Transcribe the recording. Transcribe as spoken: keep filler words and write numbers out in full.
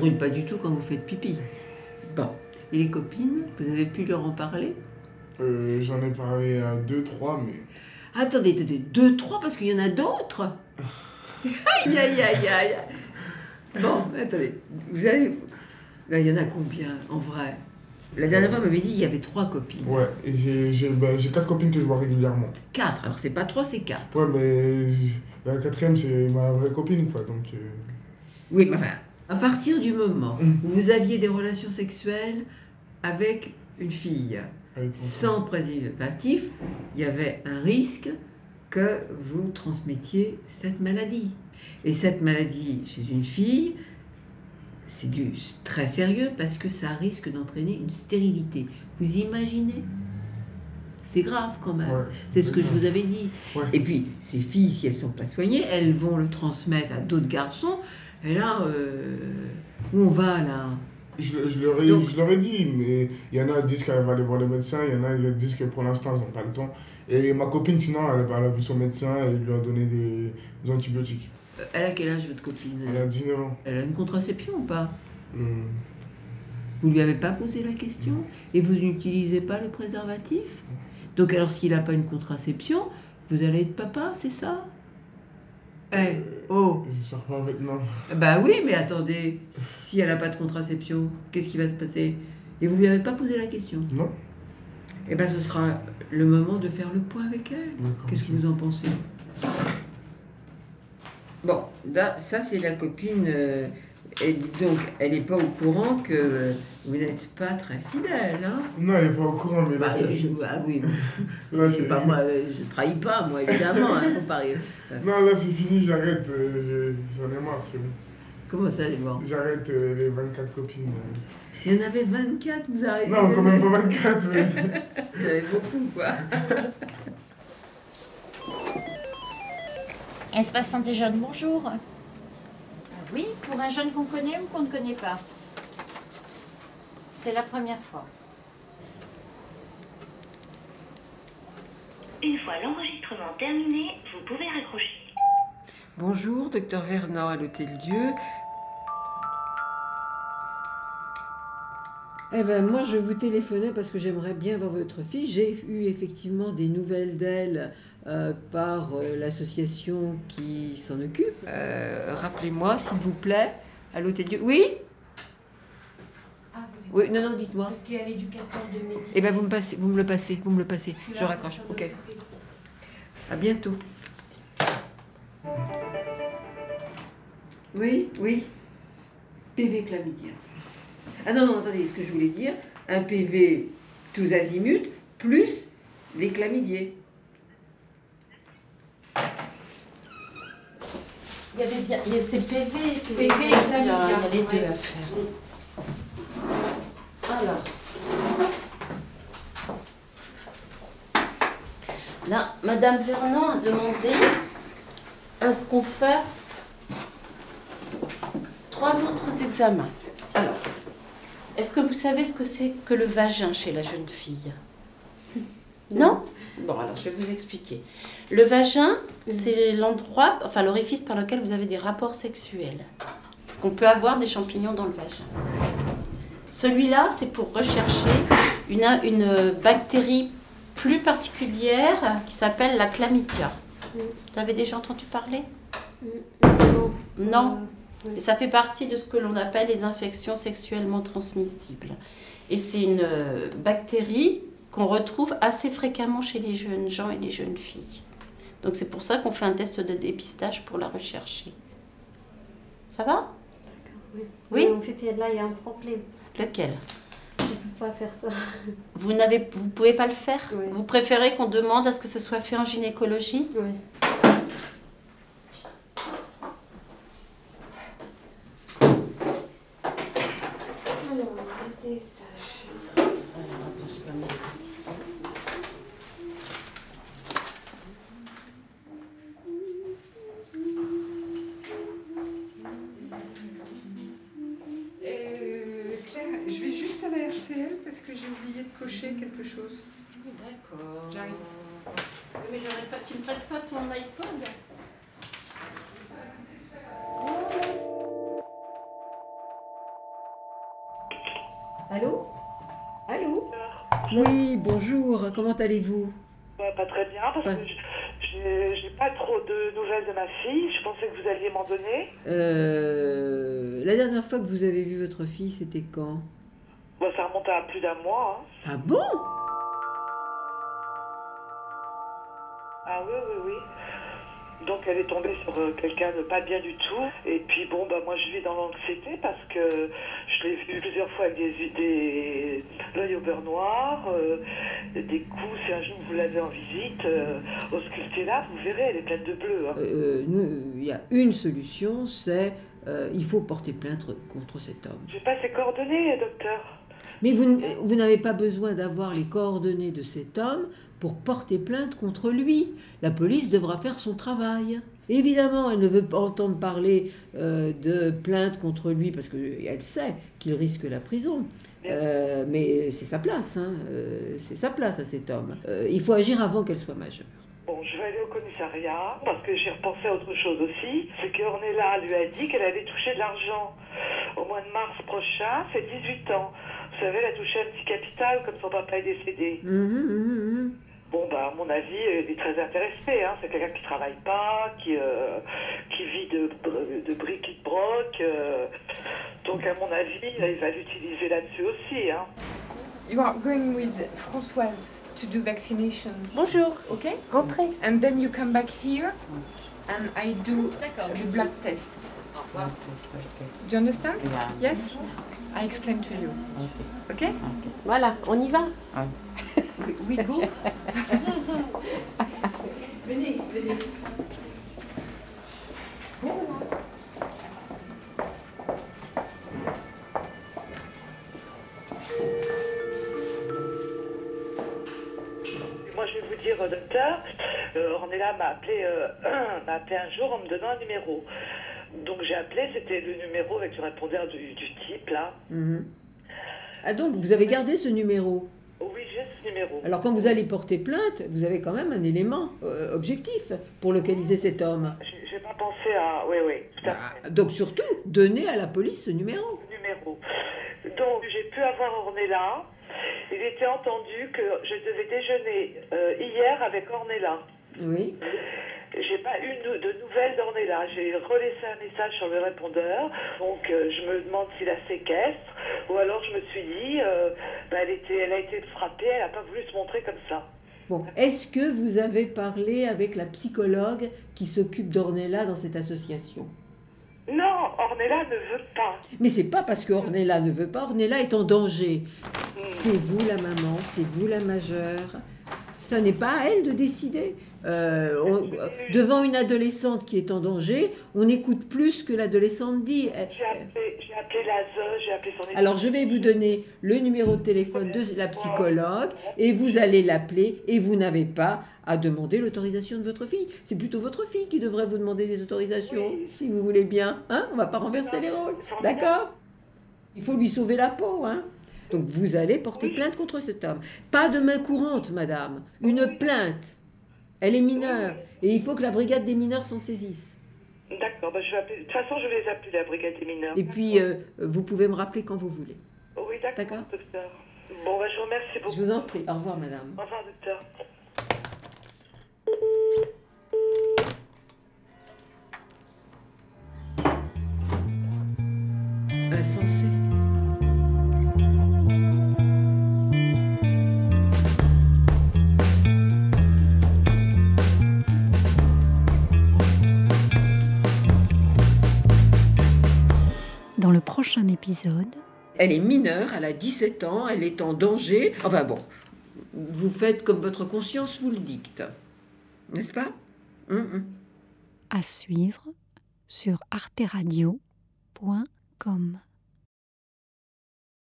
brûle pas du tout quand vous faites pipi. Bon. Et les copines, vous avez pu leur en parler? euh, J'en ai parlé à deux, trois, mais... Attendez, attendez, deux, trois, parce qu'il y en a d'autres. Aïe, aïe, aïe, aïe. Bon, attendez, vous avez... Là, il y en a combien, en vrai? La dernière fois, vous m'avez dit qu'il y avait trois copines. Ouais, et j'ai, j'ai, bah, j'ai quatre copines que je vois régulièrement. Quatre, alors c'est pas trois, c'est quatre. Ouais, mais la quatrième, c'est ma vraie copine, quoi, donc... Euh... Oui, mais enfin, à partir du moment Mmh. où vous aviez des relations sexuelles avec une fille, sans préservatif, il y avait un risque que vous transmettiez cette maladie. Et cette maladie, chez une fille, c'est du très sérieux parce que ça risque d'entraîner une stérilité. Vous imaginez? C'est grave quand même. Ouais, c'est ce que je vous avais dit. Ouais. Et puis, ces filles, si elles ne sont pas soignées, elles vont le transmettre à d'autres garçons. Et là, euh, où on va là? Je, je, leur ai, Donc, je leur ai dit, mais il y en a qui disent qu'elle va aller voir le médecin, il y en a qui disent que pour l'instant, ils n'ont pas le temps. Et ma copine, sinon, elle, elle a vu son médecin et il lui a donné des, des antibiotiques. Elle a quel âge, votre copine? Elle a dix-neuf ans. Elle a une contraception ou pas? euh... Vous lui avez pas posé la question? Non. Et vous n'utilisez pas le préservatif? Donc alors, s'il n'a pas une contraception, vous allez être papa, c'est ça? Eh, hey, oh! J'espère pas maintenant. Bah oui, mais attendez, si elle n'a pas de contraception, qu'est-ce qui va se passer? Et vous lui avez pas posé la question? Non. Eh ben, ce sera le moment de faire le point avec elle. Qu'est-ce que vous en pensez? Bon, là, ça c'est la copine. Euh, et donc, elle n'est pas au courant que vous n'êtes pas très fidèle, hein? Non, elle n'est pas au courant, mais là, bah, c'est... Je, ah oui, là, c'est pas moi, je trahis pas, moi, évidemment, hein, faut pas rire. Non, là, c'est fini, j'arrête, euh, j'en ai marre, c'est bon. Comment ça, c'est bon? J'arrête euh, les vingt-quatre copines. Euh... Il y en avait vingt-quatre, vous arrêtez? Non, quand même pas vingt-quatre, mais... Il y en avait beaucoup, quoi. Espace Santé Jeune, bonjour. Oui, pour un jeune qu'on connaît ou qu'on ne connaît pas. C'est la première fois. Une fois l'enregistrement terminé, vous pouvez raccrocher. Bonjour, docteur Vernant à l'Hôtel-Dieu. Eh ben, moi, je vous téléphonais parce que j'aimerais bien voir votre fille. J'ai eu effectivement des nouvelles d'elle euh, par euh, l'association qui s'en occupe. Euh, rappelez-moi, s'il vous plaît, à l'Hôtel-Dieu. Oui? Ah, vous Oui, non, non, dites-moi. Parce qu'il y a l'éducateur de métier. Eh bien, vous me passez, vous me le passez, vous me le passez. Je là, raccroche. Ok. À bientôt. Oui, oui. P V chlamydien. Ah non, non, attendez, ce que je voulais dire, un P V tous azimuts, plus les chlamydiers. Il y avait bien, il y a ces P V, P V et chlamydia. il y a les deux ouais. à faire. Alors, là, Madame Vernant a demandé à ce qu'on fasse trois autres examens. Alors, est-ce que vous savez ce que c'est que le vagin chez la jeune fille? Non? Bon, alors je vais vous expliquer. Le vagin, c'est l'endroit, enfin l'orifice par lequel vous avez des rapports sexuels. Parce qu'on peut avoir des champignons dans le vagin. Celui-là, c'est pour rechercher une, une bactérie plus particulière qui s'appelle la chlamydia. Vous avez déjà entendu parler? Non. Non. Et ça fait partie de ce que l'on appelle les infections sexuellement transmissibles. Et c'est une bactérie qu'on retrouve assez fréquemment chez les jeunes gens et les jeunes filles. Donc c'est pour ça qu'on fait un test de dépistage pour la rechercher. Ça va? D'accord, oui. Oui. Mais en fait, là, il y a un problème. Lequel? Je ne peux pas faire ça. Vous n'avez, vous pouvez pas le faire? Oui. Vous préférez qu'on demande à ce que ce soit fait en gynécologie? Oui. Alors, arrêtez ça. Alors, attends, je vais pas me mettre. Euh, Claire, je vais juste à la R C L parce que j'ai oublié de cocher quelque chose. D'accord. J'arrive. Mais j'aurais pas, tu ne prêtes pas ton iPod? Allô? Allô? Oui, bonjour, comment allez-vous? Bah, pas très bien, parce Pas- que je- j'ai j'ai pas trop de nouvelles de ma fille. Je pensais que vous alliez m'en donner. Euh, la dernière fois que vous avez vu votre fille, c'était quand? Bah, ça remonte à plus d'un mois. Hein. Ah bon? Ah oui, oui, oui. Donc elle est tombée sur euh, quelqu'un de pas bien du tout. Et puis bon, bah moi je vis dans l'anxiété parce que je l'ai vue plusieurs fois avec des, des l'œil au beurre noir, euh, des coups. Si un jour vous l'avez en visite, euh, auscultez là, vous verrez, elle est pleine de bleu. Hein. Euh, nous, il y a une solution, c'est euh, il faut porter plainte contre cet homme. J'ai pas ses coordonnées, docteur. Mais vous, n- vous n'avez pas besoin d'avoir les coordonnées de cet homme pour porter plainte contre lui. La police devra faire son travail. Évidemment, elle ne veut pas entendre parler euh, de plainte contre lui parce qu'elle sait qu'il risque la prison. Euh, mais c'est sa place, hein. Euh, c'est sa place à cet homme. Euh, il faut agir avant qu'elle soit majeure. Bon, je vais aller au commissariat parce que j'ai repensé à autre chose aussi. C'est qu'Ornella lui a dit qu'elle allait toucher de l'argent au mois de mars prochain, c'est dix-huit ans. Vous savez, elle a touché un petit capital comme son papa est décédé. Hum, hum, hum, hum. Bon, bah, à mon avis, elle est très intéressée. Hein. C'est quelqu'un qui travaille pas, qui, euh, qui vit de, de briques et de broc. euh. Donc, à mon avis, il va l'utiliser là-dessus aussi. Hein. You are going with Françoise to do vaccination. Bonjour, Okay? rentrez. And then you come back here and I do the blood tests. Do you understand? Yes? I explain to you. Okay? Voilà, on y va. We go. Moi, je vais vous dire, euh, docteur, euh, Ornella m'a appelé, euh, m'a appelé un jour en me donnant un numéro. Donc, j'ai appelé, c'était le numéro avec le répondeur du, du type, là. Mhm. Ah donc, vous avez gardé ce numéro? Oui, j'ai ce numéro. Alors quand vous allez porter plainte, vous avez quand même un élément euh, objectif pour localiser cet homme. J'ai j'ai pas pensé à... Oui, oui, tout à fait. Ah, donc surtout, donnez à la police ce numéro. Numéro. Donc, j'ai pu avoir Ornella. Il était entendu que je devais déjeuner euh, hier avec Ornella. Oui. J'ai pas eu de de nouvelles d'Ornella. J'ai relaissé un message sur le répondeur. Donc, euh, je me demande s'il la séquestre. Ou alors, je me suis dit, euh, bah, elle, était, elle a été frappée, elle n'a pas voulu se montrer comme ça. Bon, est-ce que vous avez parlé avec la psychologue qui s'occupe d'Ornella dans cette association? Non, Ornella ne veut pas. Mais c'est pas parce que Ornella ne veut pas, Ornella est en danger. C'est vous la maman, c'est vous la majeure. Ça n'est pas à elle de décider. Euh, on- devant une adolescente qui est en danger, on écoute plus que l'adolescente dit. J'ai appelé, j'ai appelé l'A S E, j'ai appelé son équipe. Alors je vais vous donner le numéro de téléphone de la psychologue et vous allez l'appeler et vous n'avez pas à demander l'autorisation de votre fille. C'est plutôt votre fille qui devrait vous demander des autorisations, Oui. si vous voulez bien. Hein, on ne va pas renverser les rôles, d'accord? Il faut lui sauver la peau. Hein. Donc vous allez porter plainte contre cet homme. Pas de main courante, madame. Une plainte. Elle est mineure et il faut que la brigade des mineurs s'en saisisse. D'accord, bah, je vais appeler. De toute façon, je vais les appeler, la brigade des mineurs. Et puis, euh, vous pouvez me rappeler quand vous voulez. Oui, d'accord, D'accord. docteur. Bon, bah, je vous remercie beaucoup. Je vous en prie. Au revoir, madame. Au revoir, docteur. Insensé. Dans le prochain épisode, Elle est mineure, elle a dix-sept ans, elle est en danger. Enfin bon, vous faites comme votre conscience vous le dicte. N'est-ce pas? Hum, hum. à suivre sur arteradio point com.